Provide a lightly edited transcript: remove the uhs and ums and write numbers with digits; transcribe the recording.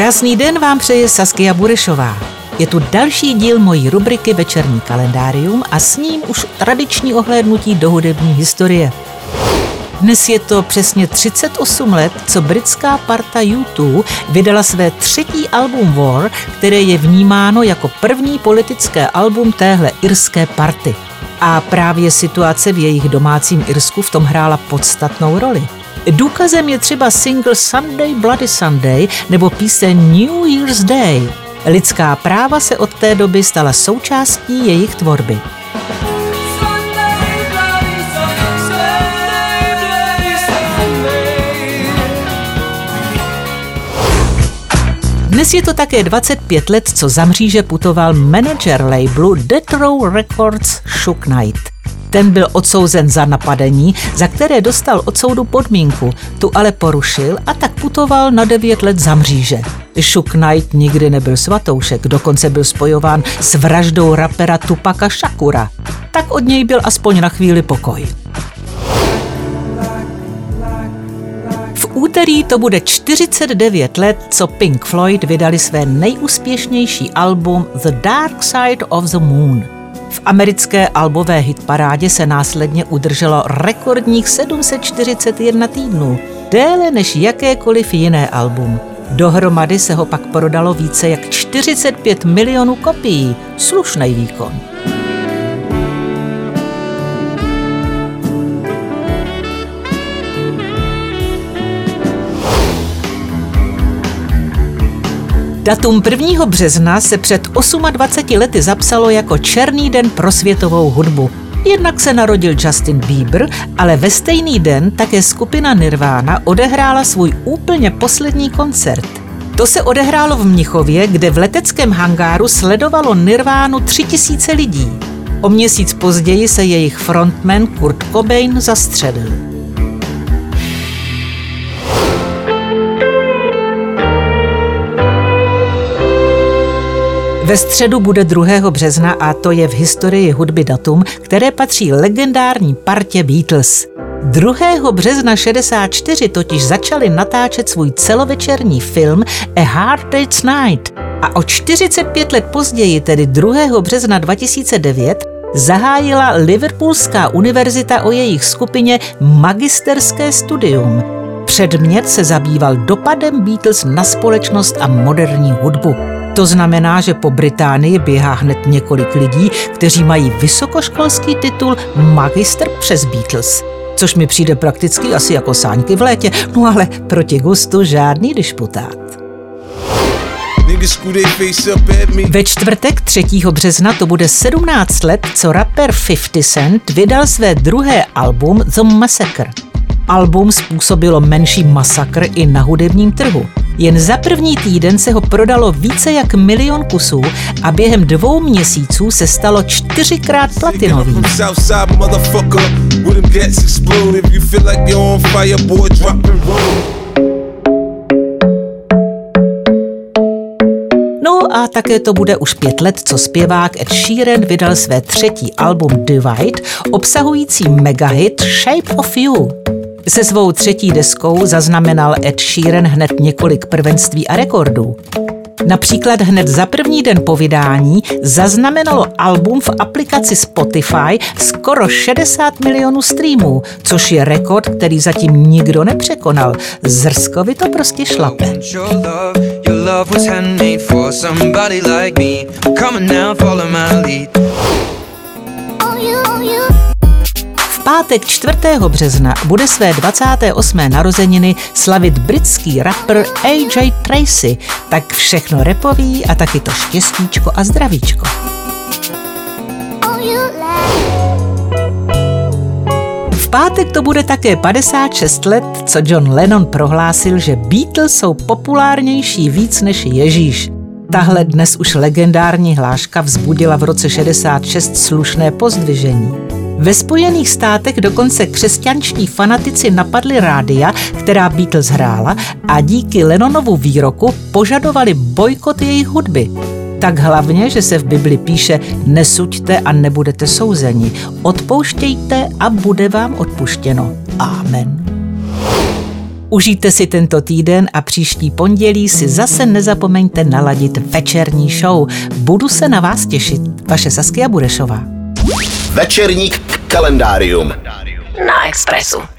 Krásný den vám přeje Saskia Burešová. Je tu další díl mojí rubriky Večerní kalendárium a s ním už tradiční ohlédnutí do hudební historie. Dnes je to přesně 38 let, co britská parta U2 vydala své třetí album War, které je vnímáno jako první politické album téhle irské party. A právě situace v jejich domácím Irsku v tom hrála podstatnou roli. Důkazem je třeba single Sunday Bloody Sunday nebo píseň New Year's Day. Lidská práva se od té doby stala součástí jejich tvorby. Dnes je to také 25 let, co za mříže putoval manažer labelu Death Row Records Suge Knight. Ten byl odsouzen za napadení, za které dostal od soudu podmínku, tu ale porušil a tak putoval na 9 let za mříže. Suge Knight nikdy nebyl svatoušek, dokonce byl spojován s vraždou rapera Tupaca Shakura. Tak od něj byl aspoň na chvíli pokoj. V úterý to bude 49 let, co Pink Floyd vydali své nejúspěšnější album The Dark Side of the Moon. V americké albové hitparádě se následně udrželo rekordních 741 týdnů, déle než jakékoliv jiné album. Dohromady se ho pak prodalo více jak 45 milionů kopií. Slušnej výkon. Datum 1. března se před 28 lety zapsalo jako černý den pro světovou hudbu. Jednak se narodil Justin Bieber, ale ve stejný den také skupina Nirvana odehrála svůj úplně poslední koncert. To se odehrálo v Mnichově, kde v leteckém hangáru sledovalo Nirvánu 3000 lidí. O měsíc později se jejich frontman Kurt Cobain zastřelil. Ve středu bude 2. března a to je v historii hudby datum, které patří legendární partě Beatles. 2. března 64 totiž začali natáčet svůj celovečerní film A Hard Day's Night a o 45 let později, tedy 2. března 2009, zahájila Liverpoolská univerzita o jejich skupině magisterské studium. Předmět se zabýval dopadem Beatles na společnost a moderní hudbu. To znamená, že po Británii běhá hned několik lidí, kteří mají vysokoškolský titul magister přes Beatles. Což mi přijde prakticky asi jako sáňky v létě, no ale proti gustu žádný disputát. Ve čtvrtek 3. března to bude 17 let, co rapper 50 Cent vydal své druhé album The Massacre. Album způsobilo menší masakr i na hudebním trhu. Jen za první týden se ho prodalo více jak 1 milion kusů a během 2 měsíců se stalo 4krát platinovým. No a také to bude už 5 let, co zpěvák Ed Sheeran vydal své třetí album Divide, obsahující megahit Shape of You. Se svou třetí deskou zaznamenal Ed Sheeran hned několik prvenství a rekordů. Například hned za první den po vydání zaznamenalo album v aplikaci Spotify skoro 60 milionů streamů, což je rekord, který zatím nikdo nepřekonal. Zrskovi to prostě šlape. V pátek 4. března bude své 28. narozeniny slavit britský rapper AJ Tracey, tak všechno rapový a taky to štěstíčko a zdravíčko. V pátek to bude také 56 let, co John Lennon prohlásil, že Beatles jsou populárnější víc než Ježíš. Tahle dnes už legendární hláška vzbudila v roce 66 slušné pozdvižení. Ve Spojených státech dokonce křesťanští fanatici napadli rádia, která Beatles hrála, a díky Lennonovu výroku požadovali bojkot jejich hudby. Tak hlavně, že se v Bibli píše: nesuďte a nebudete souzeni, odpouštějte a bude vám odpuštěno. Amen. Užijte si tento týden a příští pondělí si zase nezapomeňte naladit večerní show. Budu se na vás těšit. Vaše Saskia Burešová. Večerní kalendárium na Expressu.